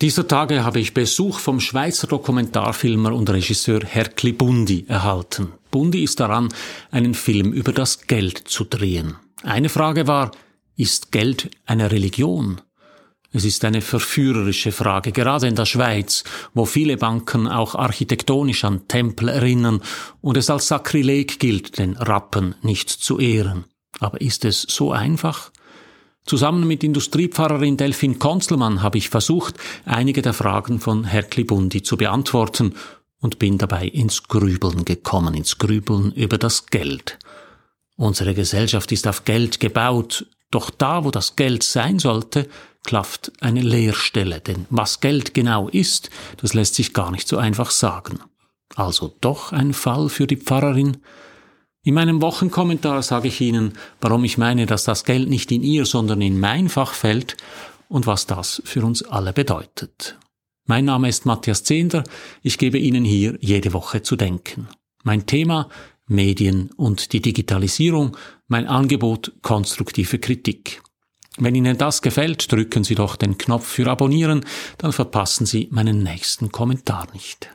Dieser Tage habe ich Besuch vom Schweizer Dokumentarfilmer und Regisseur Hercli Bundi erhalten. Bundi ist daran, einen Film über das Geld zu drehen. Eine Frage war, ist Geld eine Religion? Es ist eine verführerische Frage, gerade in der Schweiz, wo viele Banken auch architektonisch an Tempel erinnern und es als Sakrileg gilt, den Rappen nicht zu ehren. Aber ist es so einfach? Zusammen mit Industriepfarrerin Delphine Conzelmann habe ich versucht, einige der Fragen von Hercli Bundi zu beantworten und bin dabei ins Grübeln gekommen, ins Grübeln über das Geld. Unsere Gesellschaft ist auf Geld gebaut, doch da, wo das Geld sein sollte, klafft eine Leerstelle, denn was Geld genau ist, das lässt sich gar nicht so einfach sagen. Also doch ein Fall für die Pfarrerin? In meinem Wochenkommentar sage ich Ihnen, warum ich meine, dass das Geld nicht in Ihr, sondern in mein Fach fällt und was das für uns alle bedeutet. Mein Name ist Matthias Zehnder, ich gebe Ihnen hier jede Woche zu denken. Mein Thema Medien und die Digitalisierung, mein Angebot konstruktive Kritik. Wenn Ihnen das gefällt, drücken Sie doch den Knopf für Abonnieren, dann verpassen Sie meinen nächsten Kommentar nicht.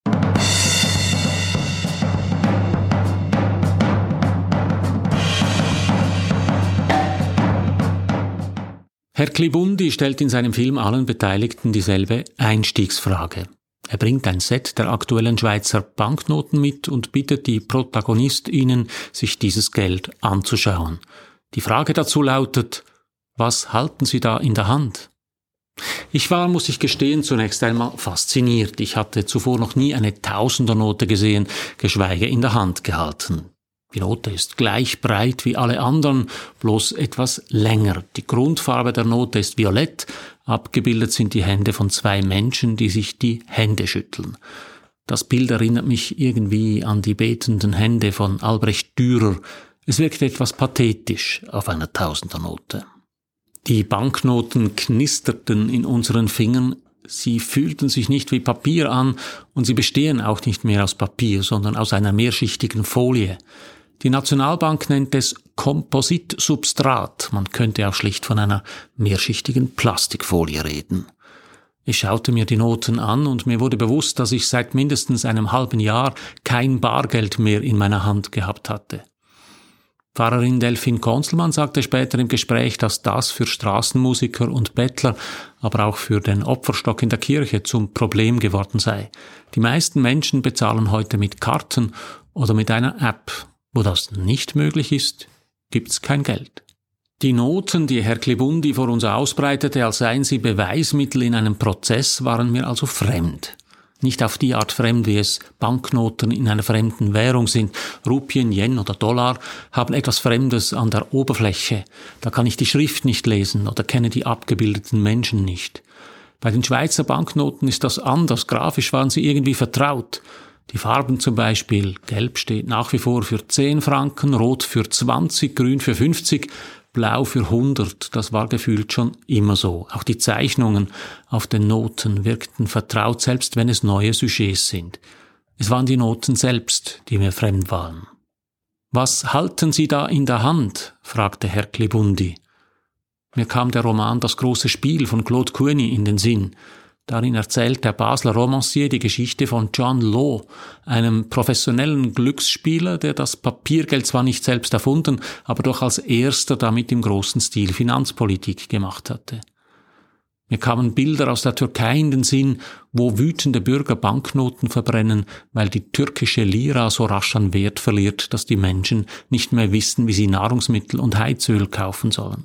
Hercli Bundi stellt in seinem Film allen Beteiligten dieselbe Einstiegsfrage. Er bringt ein Set der aktuellen Schweizer Banknoten mit und bittet die ProtagonistInnen, sich dieses Geld anzuschauen. Die Frage dazu lautet, was halten Sie da in der Hand? Ich war, muss ich gestehen, zunächst einmal fasziniert. Ich hatte zuvor noch nie eine Tausendernote gesehen, geschweige in der Hand gehalten. Die Note ist gleich breit wie alle anderen, bloß etwas länger. Die Grundfarbe der Note ist violett, abgebildet sind die Hände von zwei Menschen, die sich die Hände schütteln. Das Bild erinnert mich irgendwie an die betenden Hände von Albrecht Dürer. Es wirkt etwas pathetisch auf einer Tausendernote. Die Banknoten knisterten in unseren Fingern, sie fühlten sich nicht wie Papier an und sie bestehen auch nicht mehr aus Papier, sondern aus einer mehrschichtigen Folie. Die Nationalbank nennt es Kompositsubstrat, man könnte auch schlicht von einer mehrschichtigen Plastikfolie reden. Ich schaute mir die Noten an und mir wurde bewusst, dass ich seit mindestens einem halben Jahr kein Bargeld mehr in meiner Hand gehabt hatte. Pfarrerin Delphine Conzelmann sagte später im Gespräch, dass das für Straßenmusiker und Bettler, aber auch für den Opferstock in der Kirche zum Problem geworden sei. Die meisten Menschen bezahlen heute mit Karten oder mit einer App. Wo das nicht möglich ist, gibt's kein Geld. Die Noten, die Hercli Bundi vor uns ausbreitete, als seien sie Beweismittel in einem Prozess, waren mir also fremd. Nicht auf die Art fremd, wie es Banknoten in einer fremden Währung sind. Rupien, Yen oder Dollar haben etwas Fremdes an der Oberfläche. Da kann ich die Schrift nicht lesen oder kenne die abgebildeten Menschen nicht. Bei den Schweizer Banknoten ist das anders. Grafisch waren sie irgendwie vertraut. Die Farben zum Beispiel, gelb steht nach wie vor für 10 Franken, rot für 20, grün für 50, blau für 100, das war gefühlt schon immer so. Auch die Zeichnungen auf den Noten wirkten vertraut, selbst wenn es neue Sujets sind. Es waren die Noten selbst, die mir fremd waren. »Was halten Sie da in der Hand?« fragte Hercli Bundi. Mir kam der Roman »Das große Spiel« von Claude Cuny in den Sinn. Darin erzählt der Basler Romancier die Geschichte von John Law, einem professionellen Glücksspieler, der das Papiergeld zwar nicht selbst erfunden, aber doch als erster damit im großen Stil Finanzpolitik gemacht hatte. Mir kamen Bilder aus der Türkei in den Sinn, wo wütende Bürger Banknoten verbrennen, weil die türkische Lira so rasch an Wert verliert, dass die Menschen nicht mehr wissen, wie sie Nahrungsmittel und Heizöl kaufen sollen.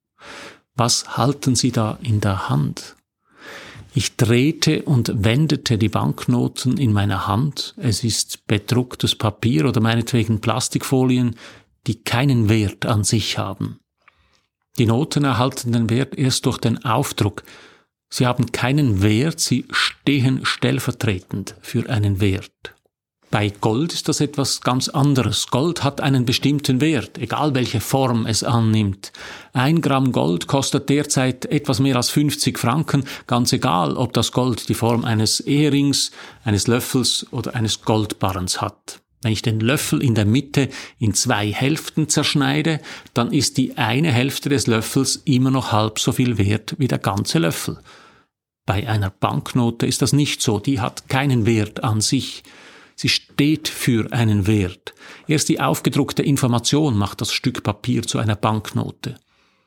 Was halten Sie da in der Hand? Ich drehte und wendete die Banknoten in meiner Hand. Es ist bedrucktes Papier oder meinetwegen Plastikfolien, die keinen Wert an sich haben. Die Noten erhalten den Wert erst durch den Aufdruck. Sie haben keinen Wert, sie stehen stellvertretend für einen Wert. Bei Gold ist das etwas ganz anderes. Gold hat einen bestimmten Wert, egal welche Form es annimmt. 1 Gramm Gold kostet derzeit etwas mehr als 50 Franken, ganz egal, ob das Gold die Form eines Ehrings, eines Löffels oder eines Goldbarrens hat. Wenn ich den Löffel in der Mitte in 2 Hälften zerschneide, dann ist die eine Hälfte des Löffels immer noch halb so viel wert wie der ganze Löffel. Bei einer Banknote ist das nicht so, die hat keinen Wert an sich. Sie steht für einen Wert. Erst die aufgedruckte Information macht das Stück Papier zu einer Banknote.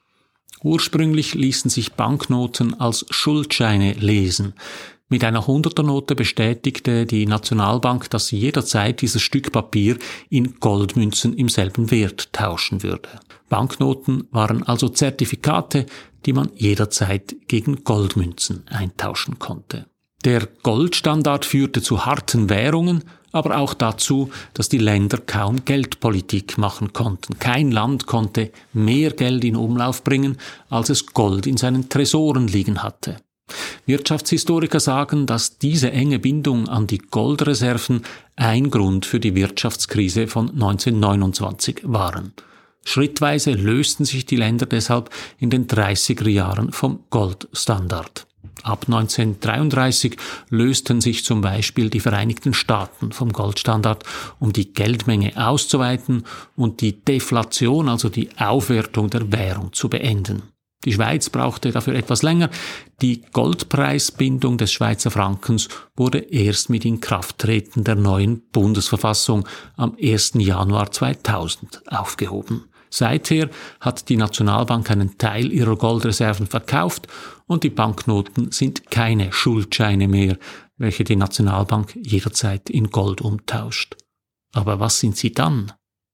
Ursprünglich ließen sich Banknoten als Schuldscheine lesen. Mit einer 100er-Note bestätigte die Nationalbank, dass sie jederzeit dieses Stück Papier in Goldmünzen im selben Wert tauschen würde. Banknoten waren also Zertifikate, die man jederzeit gegen Goldmünzen eintauschen konnte. Der Goldstandard führte zu harten Währungen, aber auch dazu, dass die Länder kaum Geldpolitik machen konnten. Kein Land konnte mehr Geld in Umlauf bringen, als es Gold in seinen Tresoren liegen hatte. Wirtschaftshistoriker sagen, dass diese enge Bindung an die Goldreserven ein Grund für die Wirtschaftskrise von 1929 waren. Schrittweise lösten sich die Länder deshalb in den 30er Jahren vom Goldstandard. Ab 1933 lösten sich zum Beispiel die Vereinigten Staaten vom Goldstandard, um die Geldmenge auszuweiten und die Deflation, also die Aufwertung der Währung, zu beenden. Die Schweiz brauchte dafür etwas länger. Die Goldpreisbindung des Schweizer Frankens wurde erst mit Inkrafttreten der neuen Bundesverfassung am 1. Januar 2000 aufgehoben. Seither hat die Nationalbank einen Teil ihrer Goldreserven verkauft und die Banknoten sind keine Schuldscheine mehr, welche die Nationalbank jederzeit in Gold umtauscht. Aber was sind sie dann?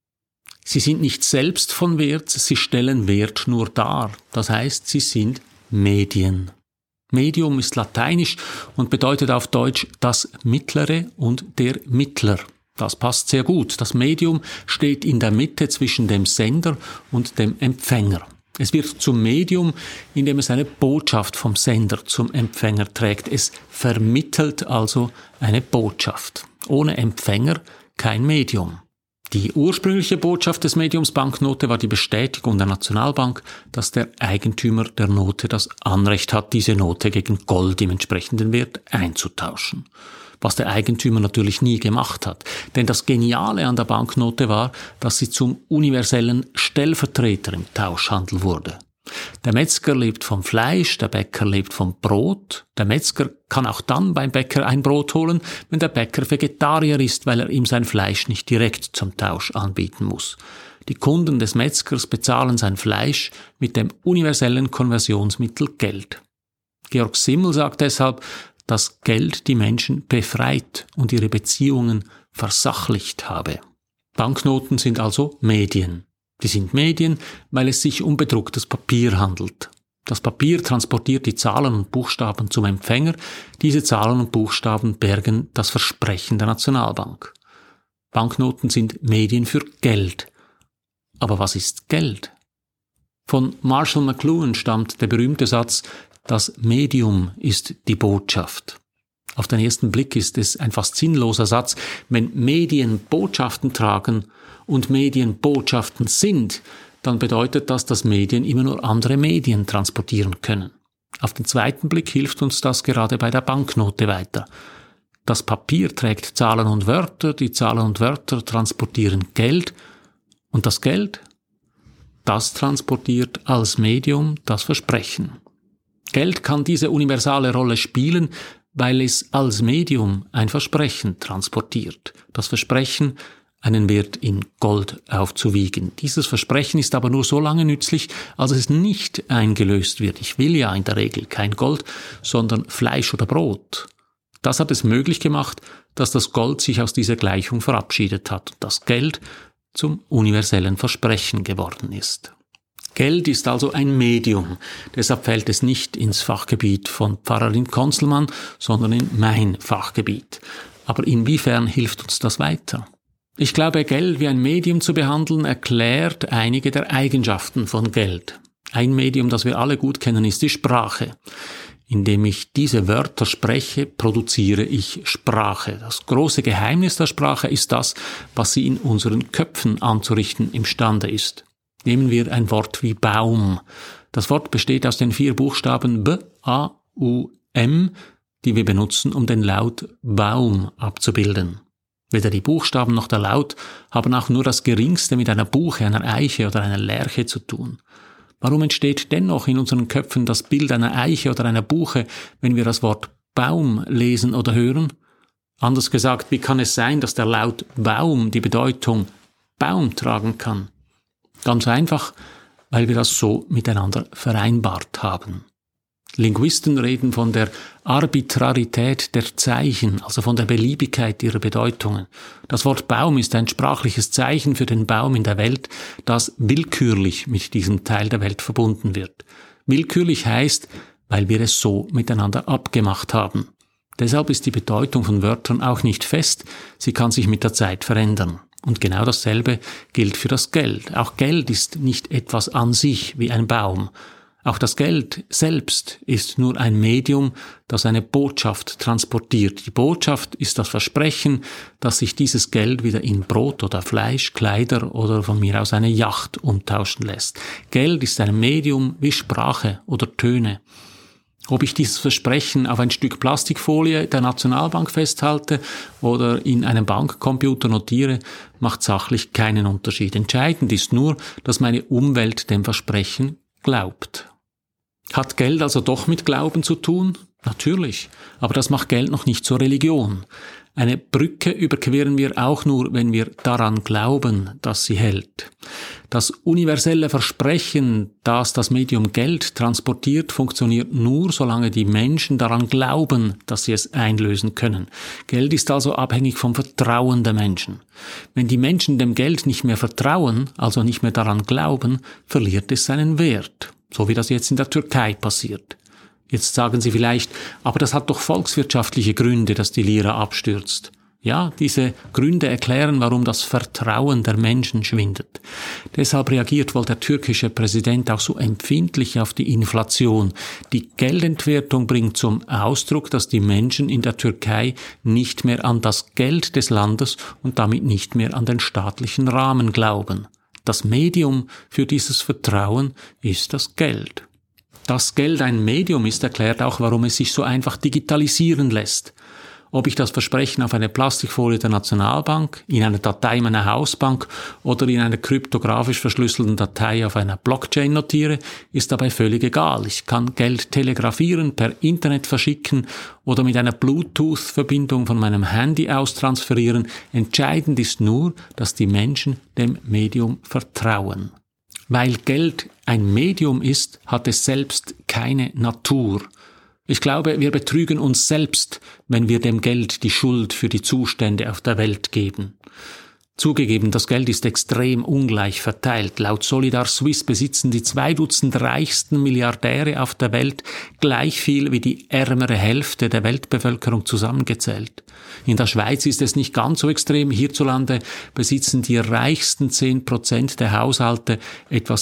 Sie sind nicht selbst von Wert, sie stellen Wert nur dar. Das heißt, sie sind Medien. Medium ist lateinisch und bedeutet auf Deutsch das Mittlere und der Mittler. Das passt sehr gut. Das Medium steht in der Mitte zwischen dem Sender und dem Empfänger. Es wird zum Medium, indem es eine Botschaft vom Sender zum Empfänger trägt. Es vermittelt also eine Botschaft. Ohne Empfänger kein Medium. Die ursprüngliche Botschaft des Mediums Banknote war die Bestätigung der Nationalbank, dass der Eigentümer der Note das Anrecht hat, diese Note gegen Gold im entsprechenden Wert einzutauschen. Was der Eigentümer natürlich nie gemacht hat. Denn das Geniale an der Banknote war, dass sie zum universellen Stellvertreter im Tauschhandel wurde. Der Metzger lebt vom Fleisch, der Bäcker lebt vom Brot. Der Metzger kann auch dann beim Bäcker ein Brot holen, wenn der Bäcker Vegetarier ist, weil er ihm sein Fleisch nicht direkt zum Tausch anbieten muss. Die Kunden des Metzgers bezahlen sein Fleisch mit dem universellen Konversionsmittel Geld. Georg Simmel sagt deshalb, dass Geld die Menschen befreit und ihre Beziehungen versachlicht habe. Banknoten sind also Medien. Die sind Medien, weil es sich um bedrucktes Papier handelt. Das Papier transportiert die Zahlen und Buchstaben zum Empfänger. Diese Zahlen und Buchstaben bergen das Versprechen der Nationalbank. Banknoten sind Medien für Geld. Aber was ist Geld? Von Marshall McLuhan stammt der berühmte Satz, das Medium ist die Botschaft. Auf den ersten Blick ist es ein fast sinnloser Satz. Wenn Medien Botschaften tragen und Medien Botschaften sind, dann bedeutet das, dass Medien immer nur andere Medien transportieren können. Auf den zweiten Blick hilft uns das gerade bei der Banknote weiter. Das Papier trägt Zahlen und Wörter, die Zahlen und Wörter transportieren Geld und das Geld, das transportiert als Medium das Versprechen. Geld kann diese universale Rolle spielen, weil es als Medium ein Versprechen transportiert. Das Versprechen, einen Wert in Gold aufzuwiegen. Dieses Versprechen ist aber nur so lange nützlich, als es nicht eingelöst wird. Ich will ja in der Regel kein Gold, sondern Fleisch oder Brot. Das hat es möglich gemacht, dass das Gold sich aus dieser Gleichung verabschiedet hat und das Geld zum universellen Versprechen geworden ist. Geld ist also ein Medium, deshalb fällt es nicht ins Fachgebiet von Pfarrerin Konzelmann, sondern in mein Fachgebiet. Aber inwiefern hilft uns das weiter? Ich glaube, Geld wie ein Medium zu behandeln, erklärt einige der Eigenschaften von Geld. Ein Medium, das wir alle gut kennen, ist die Sprache. Indem ich diese Wörter spreche, produziere ich Sprache. Das große Geheimnis der Sprache ist das, was sie in unseren Köpfen anzurichten imstande ist. Nehmen wir ein Wort wie Baum. Das Wort besteht aus den 4 Buchstaben B, A, U, M, die wir benutzen, um den Laut Baum abzubilden. Weder die Buchstaben noch der Laut haben auch nur das Geringste mit einer Buche, einer Eiche oder einer Lärche zu tun. Warum entsteht dennoch in unseren Köpfen das Bild einer Eiche oder einer Buche, wenn wir das Wort Baum lesen oder hören? Anders gesagt, wie kann es sein, dass der Laut Baum die Bedeutung Baum tragen kann? Ganz einfach, weil wir das so miteinander vereinbart haben. Linguisten reden von der Arbitrarität der Zeichen, also von der Beliebigkeit ihrer Bedeutungen. Das Wort Baum ist ein sprachliches Zeichen für den Baum in der Welt, das willkürlich mit diesem Teil der Welt verbunden wird. Willkürlich heißt, weil wir es so miteinander abgemacht haben. Deshalb ist die Bedeutung von Wörtern auch nicht fest, sie kann sich mit der Zeit verändern. Und genau dasselbe gilt für das Geld. Auch Geld ist nicht etwas an sich wie ein Baum. Auch das Geld selbst ist nur ein Medium, das eine Botschaft transportiert. Die Botschaft ist das Versprechen, dass sich dieses Geld wieder in Brot oder Fleisch, Kleider oder von mir aus eine Yacht umtauschen lässt. Geld ist ein Medium wie Sprache oder Töne. Ob ich dieses Versprechen auf ein Stück Plastikfolie der Nationalbank festhalte oder in einem Bankcomputer notiere, macht sachlich keinen Unterschied. Entscheidend ist nur, dass meine Umwelt dem Versprechen glaubt. Hat Geld also doch mit Glauben zu tun? Natürlich, aber das macht Geld noch nicht zur Religion. Eine Brücke überqueren wir auch nur, wenn wir daran glauben, dass sie hält. Das universelle Versprechen, das das Medium Geld transportiert, funktioniert nur, solange die Menschen daran glauben, dass sie es einlösen können. Geld ist also abhängig vom Vertrauen der Menschen. Wenn die Menschen dem Geld nicht mehr vertrauen, also nicht mehr daran glauben, verliert es seinen Wert. So wie das jetzt in der Türkei passiert. Jetzt sagen Sie vielleicht, aber das hat doch volkswirtschaftliche Gründe, dass die Lira abstürzt. Ja, diese Gründe erklären, warum das Vertrauen der Menschen schwindet. Deshalb reagiert wohl der türkische Präsident auch so empfindlich auf die Inflation. Die Geldentwertung bringt zum Ausdruck, dass die Menschen in der Türkei nicht mehr an das Geld des Landes und damit nicht mehr an den staatlichen Rahmen glauben. Das Medium für dieses Vertrauen ist das Geld. Dass Geld ein Medium ist, erklärt auch, warum es sich so einfach digitalisieren lässt. Ob ich das Versprechen auf eine Plastikfolie der Nationalbank, in einer Datei meiner Hausbank oder in einer kryptografisch verschlüsselten Datei auf einer Blockchain notiere, ist dabei völlig egal. Ich kann Geld telegrafieren, per Internet verschicken oder mit einer Bluetooth-Verbindung von meinem Handy aus transferieren. Entscheidend ist nur, dass die Menschen dem Medium vertrauen. Weil Geld ein Medium ist, hat es selbst keine Natur. Ich glaube, wir betrügen uns selbst, wenn wir dem Geld die Schuld für die Zustände auf der Welt geben. Zugegeben, das Geld ist extrem ungleich verteilt. Laut Solidar Suisse besitzen die 2 Dutzend reichsten Milliardäre auf der Welt gleich viel wie die ärmere Hälfte der Weltbevölkerung zusammengezählt. In der Schweiz ist es nicht ganz so extrem. Hierzulande besitzen die reichsten 10% der Haushalte etwa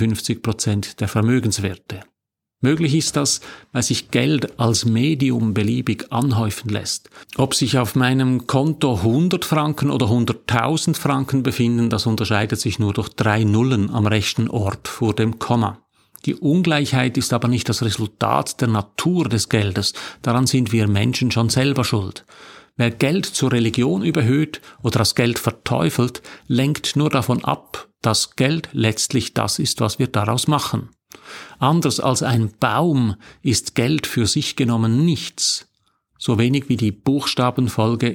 57% der Vermögenswerte. Möglich ist das, weil sich Geld als Medium beliebig anhäufen lässt. Ob sich auf meinem Konto 100 Franken oder 100.000 Franken befinden, das unterscheidet sich nur durch 3 Nullen am rechten Ort vor dem Komma. Die Ungleichheit ist aber nicht das Resultat der Natur des Geldes, daran sind wir Menschen schon selber schuld. Wer Geld zur Religion überhöht oder das Geld verteufelt, lenkt nur davon ab, dass Geld letztlich das ist, was wir daraus machen. Anders als ein Baum ist Geld für sich genommen nichts, so wenig wie die Buchstabenfolge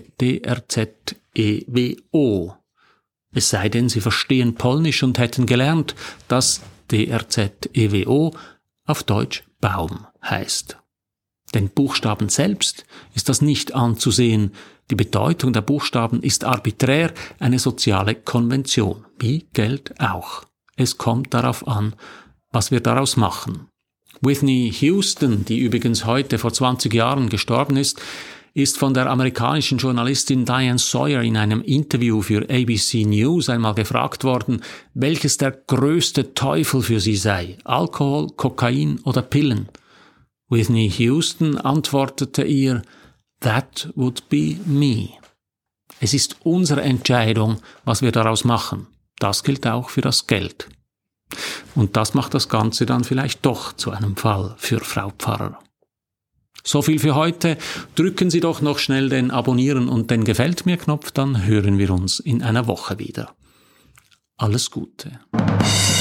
DRZEWO. Es sei denn, Sie verstehen Polnisch und hätten gelernt, dass DRZEWO auf Deutsch Baum heißt. Den Buchstaben selbst ist das nicht anzusehen. Die Bedeutung der Buchstaben ist arbiträr eine soziale Konvention, wie Geld auch. Es kommt darauf an, was wir daraus machen. Whitney Houston, die übrigens heute vor 20 Jahren gestorben ist von der amerikanischen Journalistin Diane Sawyer in einem Interview für ABC News einmal gefragt worden, welches der größte Teufel für sie sei, Alkohol, Kokain oder Pillen. Whitney Houston antwortete ihr, "That would be me." Es ist unsere Entscheidung, was wir daraus machen. Das gilt auch für das Geld. Und das macht das Ganze dann vielleicht doch zu einem Fall für Frau Pfarrer. So viel für heute. Drücken Sie doch noch schnell den Abonnieren und den Gefällt mir Knopf, dann hören wir uns in einer Woche wieder. Alles Gute.